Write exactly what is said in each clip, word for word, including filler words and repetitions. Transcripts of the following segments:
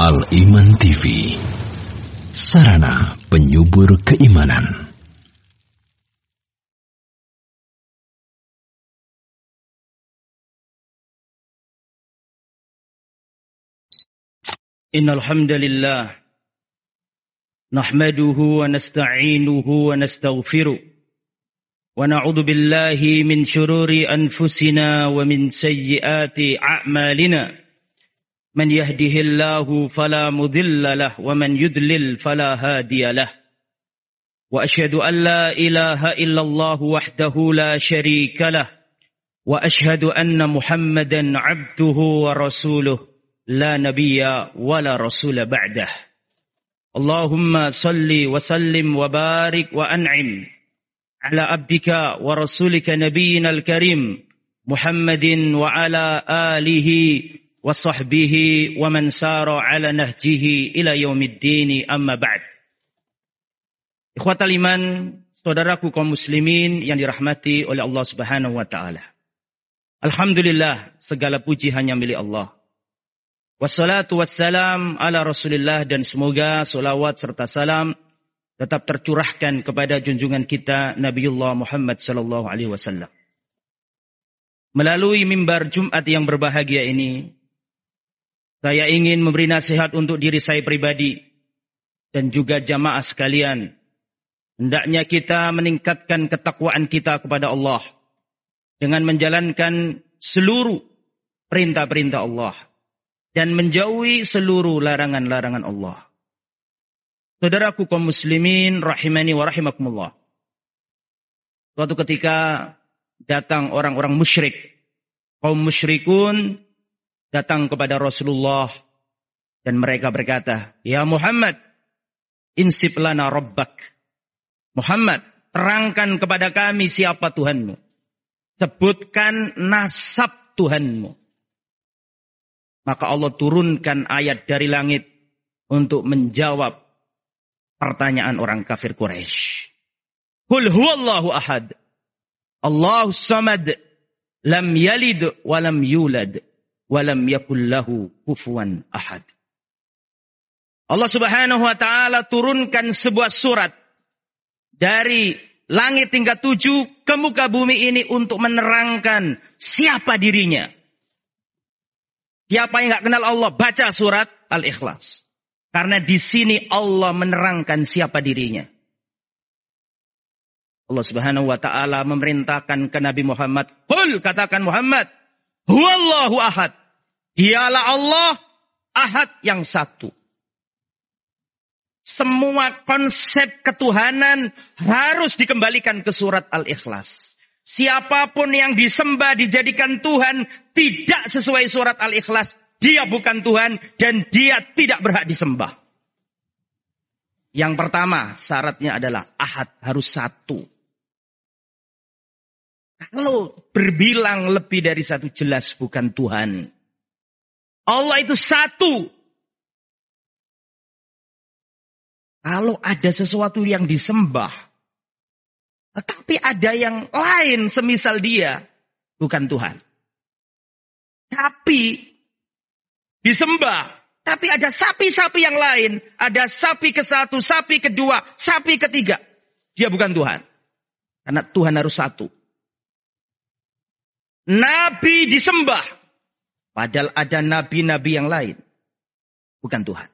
Al-Iman T V, sarana penyubur keimanan. Innal hamdalillah nahmaduhu wa nasta'inuhu wa nastaghfiruh wa na'udzu billahi min shururi anfusina wa min sayyiati a'malina. Man yahdihillahu fala mudilla lah wa man yudlil fala hadiya lah. Wa asyhadu an la ilaha illallah wahdahu la syarika lah wa asyhadu anna Muhammadan 'abduhu wa rasuluh la nabiyya wa la rasula ba'dah. Allahumma salli wa sallim wa barik wa an'im ala abdika wa rasulika nabiyyina al-karim Muhammadin wa ala alihi wa sahbihi wa man sara ala nahjihi ila yaumiddin, amma ba'd. Ikhwatal iman, saudaraku kaum muslimin yang dirahmati oleh Allah Subhanahu wa taala. Alhamdulillah, segala puji hanya milik Allah. Wassalatu wassalam ala Rasulillah, dan semoga salawat serta salam tetap tercurahkan kepada junjungan kita Nabiullah Muhammad sallallahu alaihi wasallam. Melalui mimbar Jumat yang berbahagia ini, saya ingin memberi nasihat untuk diri saya pribadi dan juga jamaah sekalian. Hendaknya kita meningkatkan ketakwaan kita kepada Allah dengan menjalankan seluruh perintah-perintah Allah dan menjauhi seluruh larangan-larangan Allah. Saudaraku kaum muslimin rahimani wa rahimakumullah. Suatu ketika datang orang-orang musyrik, kaum musyrikun datang kepada Rasulullah dan mereka berkata, "Ya Muhammad, insib lana rabbak." Muhammad, terangkan kepada kami siapa Tuhanmu. Sebutkan nasab Tuhanmu. Maka Allah turunkan ayat dari langit untuk menjawab pertanyaan orang kafir Quraisy. Qul huwallahu ahad, Allahus samad, lam yalid wa lam yulad, wa lam yakul lahu kufuwan ahad. Allah Subhanahu wa taala turunkan sebuah surat dari langit tingkat tujuh ke muka bumi ini untuk menerangkan siapa dirinya. Siapa yang enggak kenal Allah, baca surat Al-Ikhlas. Karena di sini Allah menerangkan siapa dirinya. Allah Subhanahu wa taala memerintahkan ke Nabi Muhammad, "Qul," katakan Muhammad, "Huwallahu ahad." Dialah Allah ahad yang satu. Semua konsep ketuhanan harus dikembalikan ke surat Al-Ikhlas. Siapapun yang disembah dijadikan Tuhan tidak sesuai surat Al-Ikhlas, dia bukan Tuhan dan dia tidak berhak disembah. Yang pertama syaratnya adalah ahad, harus satu. Kalau berbilang lebih dari satu jelas bukan Tuhan. Allah itu satu. Kalau ada sesuatu yang disembah, tetapi ada yang lain semisal dia, bukan Tuhan. Tapi disembah, tapi ada sapi-sapi yang lain, ada sapi ke satu, sapi kedua, sapi ketiga, dia bukan Tuhan. Karena Tuhan harus satu. Nabi disembah, padahal ada nabi-nabi yang lain, bukan Tuhan.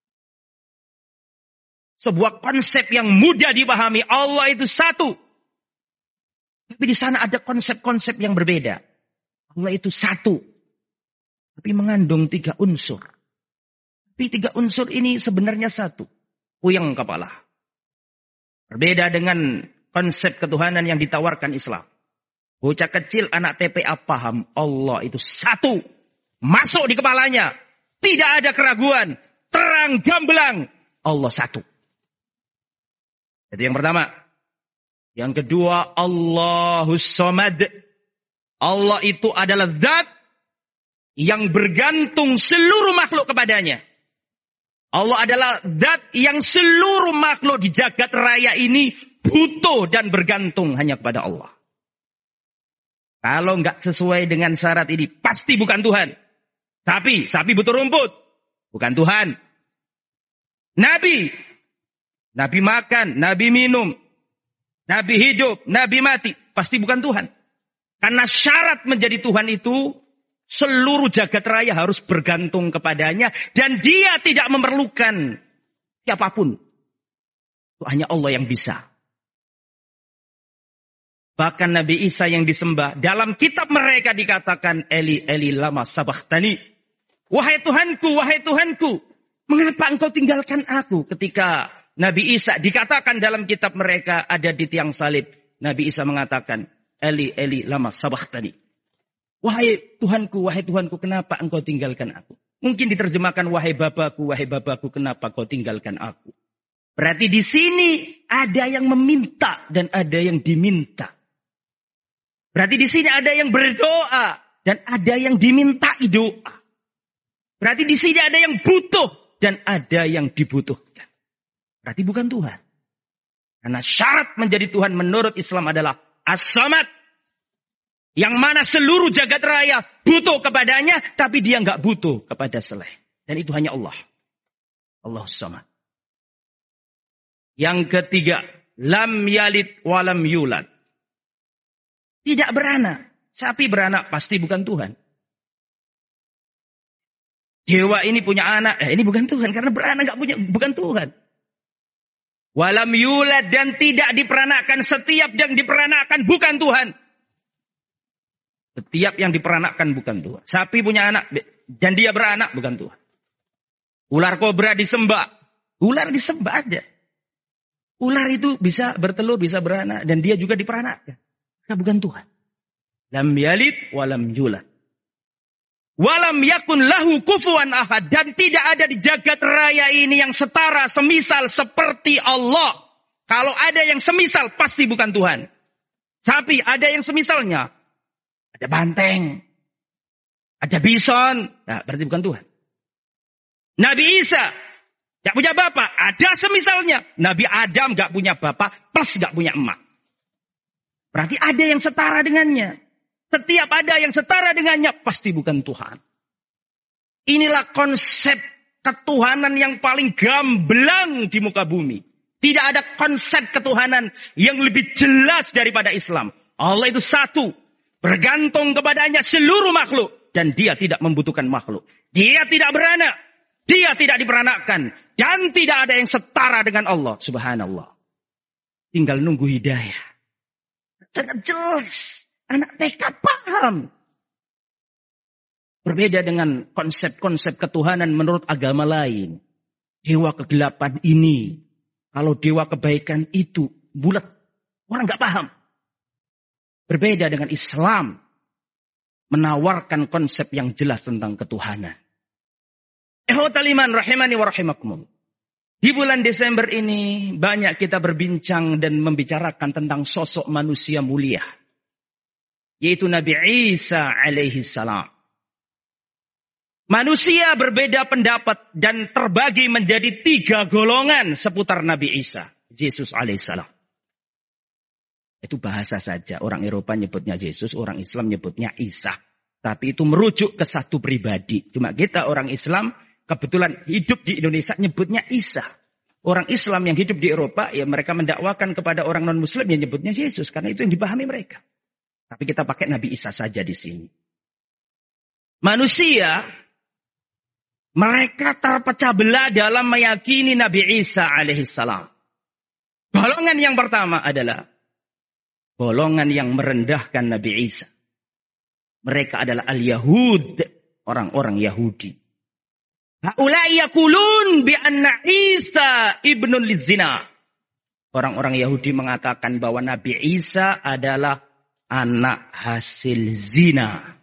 Sebuah konsep yang mudah dipahami, Allah itu satu. Tapi di sana ada konsep-konsep yang berbeda. Allah itu satu, tapi mengandung tiga unsur. Tapi tiga unsur ini sebenarnya satu. Puyeng kepala. Berbeda dengan konsep ketuhanan yang ditawarkan Islam. Bocah kecil anak T P A paham Allah itu satu. Masuk di kepalanya. Tidak ada keraguan. Terang gamblang. Allah satu. Jadi yang pertama. Yang kedua, Allahus samad. Allah itu adalah zat yang bergantung seluruh makhluk kepadanya. Allah adalah zat yang seluruh makhluk di jagat raya ini butuh dan bergantung hanya kepada Allah. Kalau nggak sesuai dengan syarat ini, pasti bukan Tuhan. Sapi, sapi butuh rumput. Bukan Tuhan. Nabi. Nabi makan, Nabi minum, Nabi hidup, Nabi mati. Pasti bukan Tuhan. Karena syarat menjadi Tuhan itu, seluruh jagat raya harus bergantung kepadanya. Dan dia tidak memerlukan siapapun. Itu hanya Allah yang bisa. Bahkan Nabi Isa yang disembah, dalam kitab mereka dikatakan, Eli, Eli, lama sabakhtani. Wahai Tuhanku, wahai Tuhanku, mengapa engkau tinggalkan aku? Ketika Nabi Isa dikatakan dalam kitab mereka ada di tiang salib. Nabi Isa mengatakan, Eli, Eli, lama sabakhtani. Wahai Tuhanku, wahai Tuhanku, kenapa engkau tinggalkan aku? Mungkin diterjemahkan, wahai Bapakku, wahai Bapakku, kenapa kau tinggalkan aku? Berarti di sini ada yang meminta dan ada yang diminta. Berarti di sini ada yang berdoa dan ada yang dimintai doa. Berarti di sini ada yang butuh dan ada yang dibutuhkan. Berarti bukan Tuhan. Karena syarat menjadi Tuhan menurut Islam adalah as-samad. Yang mana seluruh jagat raya butuh kepadanya, tapi dia nggak butuh kepada selain. Dan itu hanya Allah. Allah samad. Yang ketiga, lam yalid walam yulad. Tidak beranak. Sapi beranak pasti bukan Tuhan. Dewa ini punya anak, eh, ini bukan Tuhan karena beranak nggak punya, bukan Tuhan. Walam yulad dan tidak diperanakkan, setiap yang diperanakkan bukan Tuhan. Setiap yang diperanakkan bukan Tuhan. Sapi punya anak dan dia beranak bukan Tuhan. Ular kobra disembah, ular disembah ada. Ular itu bisa bertelur, bisa beranak dan dia juga diperanakkan. Nah, bukan Tuhan. Lam yalid walam yulad. Walam yakun lahu kufuwan ahad. Dan tidak ada di jagat raya ini yang setara, semisal seperti Allah. Kalau ada yang semisal, pasti bukan Tuhan. Sapi, ada yang semisalnya. Ada banteng. Ada bison. Nah, berarti bukan Tuhan. Nabi Isa, gak punya bapak. Ada semisalnya. Nabi Adam gak punya bapak, plus gak punya emak. Berarti ada yang setara dengannya. Setiap ada yang setara dengannya, pasti bukan Tuhan. Inilah konsep ketuhanan yang paling gamblang di muka bumi. Tidak ada konsep ketuhanan yang lebih jelas daripada Islam. Allah itu satu. Bergantung kepadanya seluruh makhluk. Dan dia tidak membutuhkan makhluk. Dia tidak beranak. Dia tidak diperanakkan. Dan tidak ada yang setara dengan Allah. Subhanallah. Tinggal nunggu hidayah. Sangat jelas. Anak T K paham. Berbeda dengan konsep-konsep ketuhanan menurut agama lain. Dewa kegelapan ini. Kalau dewa kebaikan itu bulat. Orang gak paham. Berbeda dengan Islam. Menawarkan konsep yang jelas tentang ketuhanan. Ikhwatal iman rahimani wa rahimakumullah. Di bulan Desember ini banyak kita berbincang dan membicarakan tentang sosok manusia mulia. Yaitu Nabi Isa alaihi salam. Manusia berbeda pendapat dan terbagi menjadi tiga golongan seputar Nabi Isa. Yesus alaihi salam. Itu bahasa saja. Orang Eropa nyebutnya Yesus, orang Islam nyebutnya Isa. Tapi itu merujuk ke satu pribadi. Cuma kita orang Islam kebetulan hidup di Indonesia nyebutnya Isa. Orang Islam yang hidup di Eropa, ya mereka mendakwakan kepada orang non-Muslim yang nyebutnya Yesus. Karena itu yang dipahami mereka. Tapi kita pakai Nabi Isa saja di sini. Manusia, mereka terpecah belah dalam meyakini Nabi Isa alaihissalam. Golongan yang pertama adalah golongan yang merendahkan Nabi Isa. Mereka adalah al-Yahud, orang-orang Yahudi. Haulai yaqulun bi anna Isa ibnul lizina. Orang-orang Yahudi mengatakan bahwa Nabi Isa adalah anak hasil zina.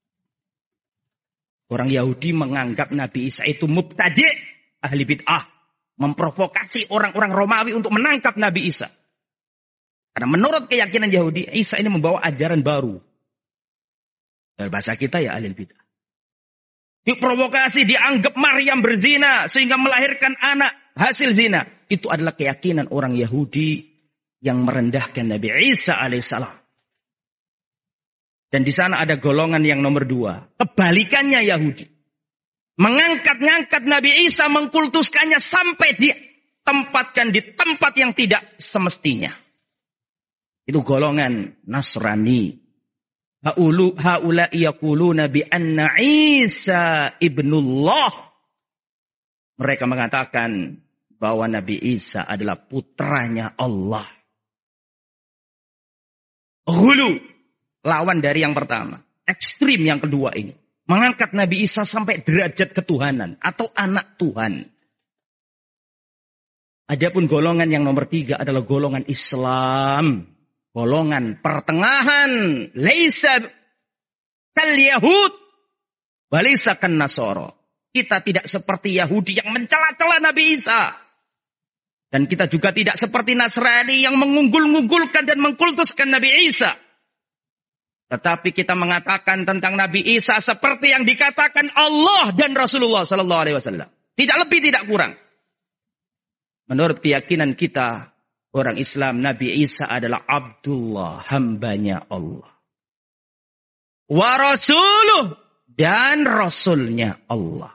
Orang Yahudi menganggap Nabi Isa itu mubtadi', ahli bid'ah. Memprovokasi orang-orang Romawi untuk menangkap Nabi Isa. Karena menurut keyakinan Yahudi, Isa ini membawa ajaran baru. Dalam bahasa kita ya ahli bid'ah. Diprovokasi, dianggap Maryam berzina sehingga melahirkan anak hasil zina. Itu adalah keyakinan orang Yahudi yang merendahkan Nabi Isa alaihissalam. Dan di sana ada golongan yang nomor dua. Kebalikannya Yahudi. Mengangkat-ngangkat Nabi Isa, mengkultuskannya sampai ditempatkan di tempat yang tidak semestinya. Itu golongan Nasrani. Haulu haula yaquluna bi anna Isa ibnullah. Mereka mengatakan bahwa Nabi Isa adalah putranya Allah. Hulu, lawan dari yang pertama. Ekstrim yang kedua ini. Mengangkat Nabi Isa sampai derajat ketuhanan atau anak Tuhan. Adapun golongan yang nomor tiga adalah golongan Islam. Golongan pertengahan. Laisa kal Yahud. Walisa kan Nasoro. Kita tidak seperti Yahudi yang mencela-cela Nabi Isa. Dan kita juga tidak seperti Nasrani yang mengunggul-unggulkan dan mengkultuskan Nabi Isa. Tetapi kita mengatakan tentang Nabi Isa seperti yang dikatakan Allah dan Rasulullah Sallallahu Alaihi Wasallam. Tidak lebih, tidak kurang. Menurut keyakinan kita, orang Islam, Nabi Isa adalah Abdullah, hambanya Allah. Wa Rasuluh, dan Rasulnya Allah.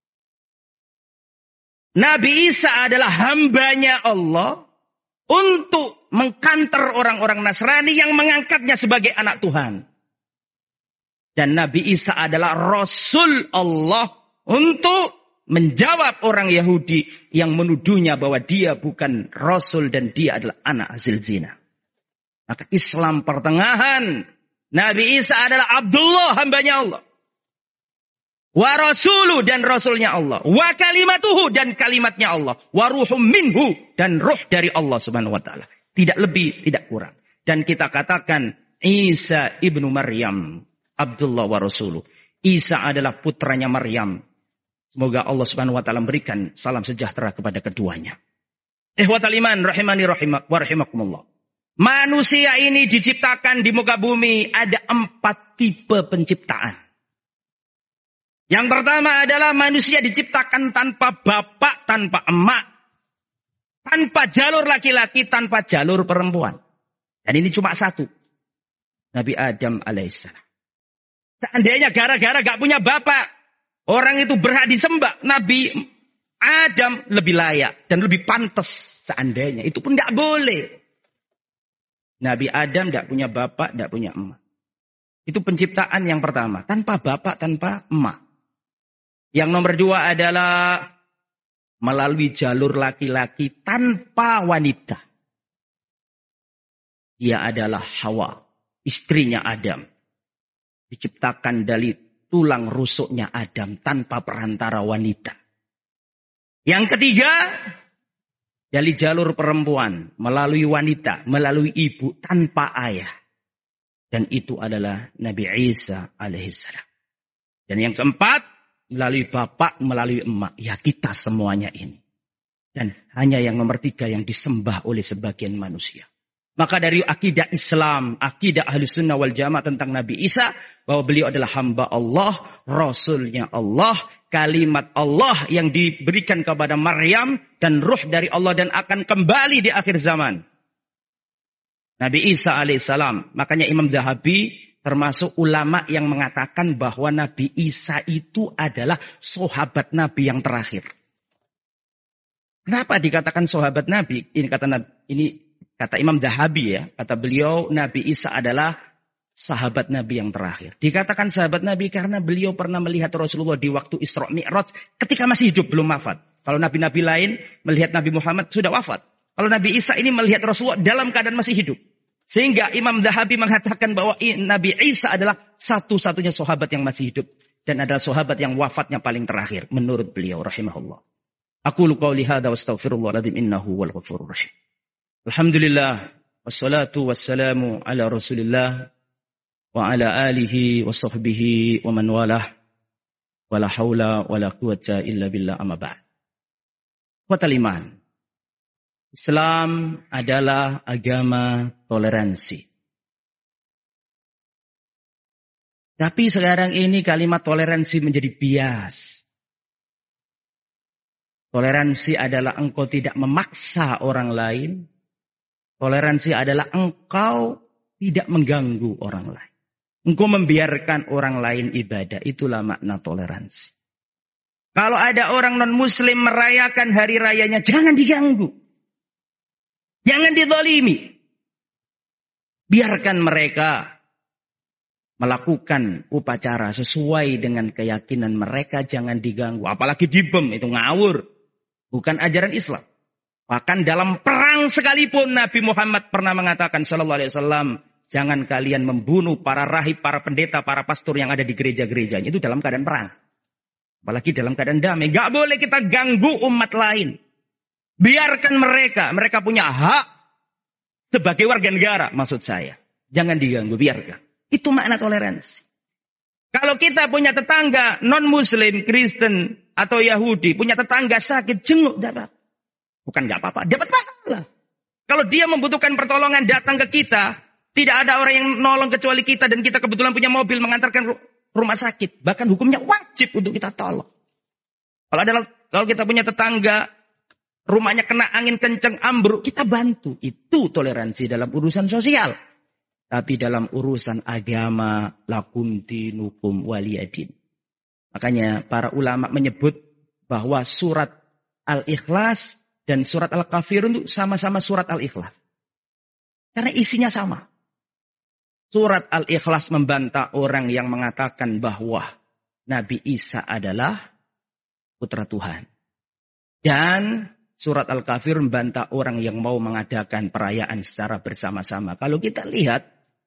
Nabi Isa adalah hambanya Allah untuk mengkanter orang-orang Nasrani yang mengangkatnya sebagai anak Tuhan. Dan Nabi Isa adalah Rasul Allah untuk menjawab orang Yahudi yang menuduhnya bahwa dia bukan Rasul dan dia adalah anak hasil zina. Maka Islam pertengahan. Nabi Isa adalah Abdullah, hambanya Allah. Wa rasulu, dan rasulnya Allah. Wa kalimatuhu, dan kalimatnya Allah. Wa ruhum minhu, dan ruh dari Allah subhanahu wa ta'ala. Tidak lebih, tidak kurang. Dan kita katakan Isa ibnu Maryam, Abdullah wa rasuluh. Isa adalah putranya Maryam. Semoga Allah subhanahu wa ta'ala memberikan salam sejahtera kepada keduanya. Ikhwatal iman rahimani rahimah wa rahimakumullah. Manusia ini diciptakan di muka bumi ada empat tipe penciptaan. Yang pertama adalah manusia diciptakan tanpa bapak, tanpa emak. Tanpa jalur laki-laki, tanpa jalur perempuan. Dan ini cuma satu. Nabi Adam alaihissalam. Seandainya gara-gara gak punya bapak, orang itu berhak disembah. Nabi Adam lebih layak dan lebih pantas seandainya. Itu pun gak boleh. Nabi Adam gak punya bapak, gak punya emak. Itu penciptaan yang pertama. Tanpa bapak, tanpa emak. Yang nomor dua adalah melalui jalur laki-laki tanpa wanita. Ia adalah Hawa, istrinya Adam. Diciptakan dari tulang rusuknya Adam tanpa perantara wanita. Yang ketiga, dari jalur perempuan, melalui wanita, melalui ibu tanpa ayah. Dan itu adalah Nabi Isa alaihissalam. Dan yang keempat, melalui bapak, melalui emak. Ya kita semuanya ini. Dan hanya yang nomor tiga yang disembah oleh sebagian manusia. Maka dari akidah Islam, akidah Ahlus Sunnah wal Jamaah tentang Nabi Isa, bahwa beliau adalah hamba Allah, Rasulnya Allah, kalimat Allah yang diberikan kepada Maryam, dan ruh dari Allah dan akan kembali di akhir zaman. Nabi Isa alaihissalam. Makanya Imam Dhahabi termasuk ulama yang mengatakan bahwa Nabi Isa itu adalah sahabat Nabi yang terakhir. Kenapa dikatakan sahabat Nabi? Ini kata ini kata Imam Dhahabi ya. Kata beliau Nabi Isa adalah sahabat Nabi yang terakhir. Dikatakan sahabat Nabi karena beliau pernah melihat Rasulullah di waktu Isra Mi'raj ketika masih hidup, belum wafat. Kalau nabi-nabi lain melihat Nabi Muhammad sudah wafat. Kalau Nabi Isa ini melihat Rasulullah dalam keadaan masih hidup. Sehingga Imam Dhahabi mengatakan bahwa Nabi Isa adalah satu-satunya sahabat yang masih hidup. Dan adalah sahabat yang wafatnya paling terakhir. Menurut beliau rahimahullah. Aqulu qawli hadha wa astaghfirullahaladzim innahu wal ghafurur rahim. Alhamdulillah. Wassalatu wassalamu ala rasulillah. Wa ala alihi wa sahbihi wa man walah. Wa la hawla wa la quwata illa billah amma ba'd. Qatal iman. Islam adalah agama toleransi. Tapi sekarang ini kalimat toleransi menjadi bias. Toleransi adalah engkau tidak memaksa orang lain. Toleransi adalah engkau tidak mengganggu orang lain. Engkau membiarkan orang lain ibadah. Itulah makna toleransi. Kalau ada orang non-muslim merayakan hari rayanya, jangan diganggu. Jangan dizalimi. Biarkan mereka melakukan upacara sesuai dengan keyakinan mereka, jangan diganggu. Apalagi dibom, itu ngawur. Bukan ajaran Islam. Bahkan dalam perang sekalipun Nabi Muhammad pernah mengatakan sallallahu alaihi wasallam, jangan kalian membunuh para rahib, para pendeta, para pastor yang ada di gereja-gerejanya. Itu dalam keadaan perang. Apalagi dalam keadaan damai. Gak boleh kita ganggu umat lain. Biarkan mereka. Mereka punya hak sebagai warga negara, maksud saya. Jangan diganggu, biarkan. Itu makna toleransi. Kalau kita punya tetangga non-muslim, Kristen, atau Yahudi, punya tetangga sakit, jenguk, dapat. Bukan gak apa-apa, dapat pahala. Kalau dia membutuhkan pertolongan, datang ke kita, tidak ada orang yang nolong kecuali kita, dan kita kebetulan punya mobil mengantarkan rumah sakit. Bahkan hukumnya wajib untuk kita tolong. Kalau ada, kalau kita punya tetangga, rumahnya kena angin kencang, ambruk, kita bantu. Itu toleransi dalam urusan sosial. Tapi dalam urusan agama, lakum dinukum waliyadin. Makanya para ulama menyebut bahwa surat Al-Ikhlas dan surat Al-Kafirun itu sama-sama surat Al-Ikhlas. Karena isinya sama. Surat Al-Ikhlas membantah orang yang mengatakan bahwa Nabi Isa adalah putra Tuhan. Dan surat Al-Kafir membantah orang yang mau mengadakan perayaan secara bersama-sama. Kalau kita lihat,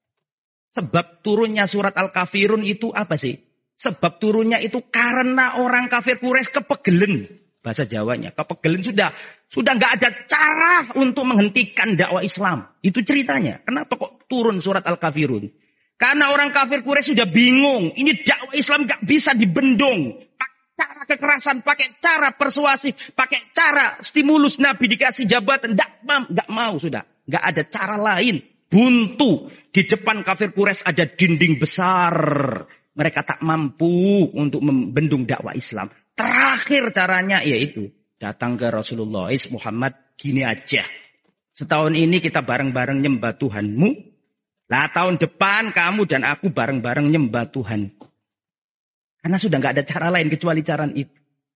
sebab turunnya surat Al-Kafirun itu apa sih? Sebab turunnya itu karena orang kafir Quraisy kepegelen. Bahasa Jawanya, kepegelen sudah. Sudah nggak ada cara untuk menghentikan dakwah Islam. Itu ceritanya. Kenapa kok turun surat Al-Kafirun? Karena orang kafir Quraisy sudah bingung. Ini dakwah Islam nggak bisa dibendung. Cara kekerasan, pakai cara persuasif, pakai cara stimulus, Nabi dikasih jabatan, enggak mau, enggak mau sudah. Enggak ada cara lain. Buntu. Di depan kafir Quraisy ada dinding besar. Mereka tak mampu untuk membendung dakwah Islam. Terakhir caranya yaitu datang ke Rasulullah Muhammad, gini aja. Setahun ini kita bareng-bareng nyembah Tuhanmu. Lah tahun depan kamu dan aku bareng-bareng nyembah Tuhanku. Karena sudah nggak ada cara lain kecuali cara itu.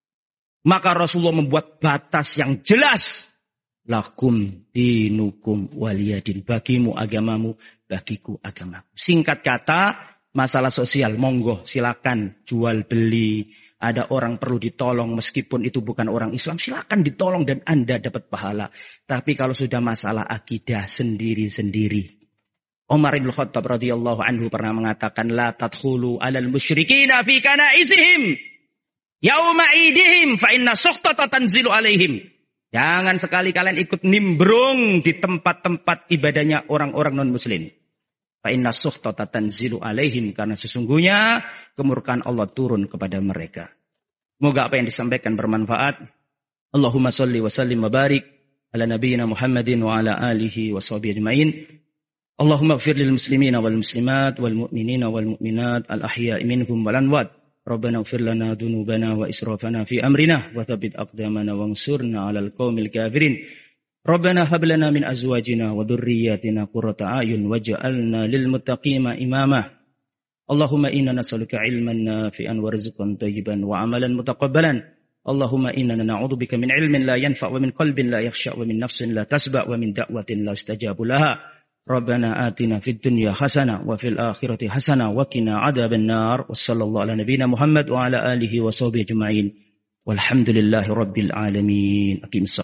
Maka Rasulullah membuat batas yang jelas. Lakum dinukum waliyadin. Bagimu agamamu, bagiku agamaku. Singkat kata, masalah sosial, monggo silakan jual beli. Ada orang perlu ditolong meskipun itu bukan orang Islam. Silakan ditolong dan Anda dapat pahala. Tapi kalau sudah masalah akidah sendiri-sendiri. Umar bin Khattab radhiyallahu anhu pernah mengatakan la tadkhulu 'alal musyrikina fi kanaisihim yauma idihim fa inna sukhtata tanzilu alaihim. Jangan sekali kalian ikut nimbrung di tempat-tempat ibadahnya orang-orang non-muslim. Fa inna sukhtata tanzilu alaihim, karena sesungguhnya kemurkaan Allah turun kepada mereka. Semoga apa yang disampaikan bermanfaat. Allahumma shalli wa sallim wa barik ala nabiyyina Muhammadin wa ala alihi wa sahbihi ajmain. Allahumma ighfir lil muslimina wal muslimat wal mu'minina wal mu'minat al ahya'i minhum wal amwat. Rabbana ighfir lana dhunubana wa israfana fi amrina wa thabbit aqdamana wansurna 'alal qaumil kafirin. Rabbana hab lana min azwajina wa dhurriyyatina qurrata a'yun waj'alna lil muttaqina imama. Allahumma inna nas'aluka 'ilman nafi'an wa rizqan thayyiban wa 'amalan mutaqabbalan. Allahumma inna na'udzubika min 'ilmin la yanfa' wa min qalbin la yakhsha' wa min nafsin la tasba' wa min da'watin la yustajabu laha. Rabbana atina fid dunya hasanah wa fil akhirati hasanah wa qina adzaban nar. Wassallallahu ala nabiyyina Muhammad wa ala alihi wa sahbihi ajma'in. Walhamdulillahi rabbil alamin. Aqimsah.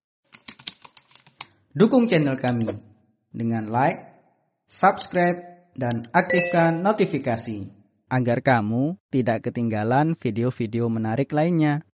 Dukung channel kami dengan like, subscribe, dan aktifkan notifikasi agar kamu tidak ketinggalan video-video menarik lainnya.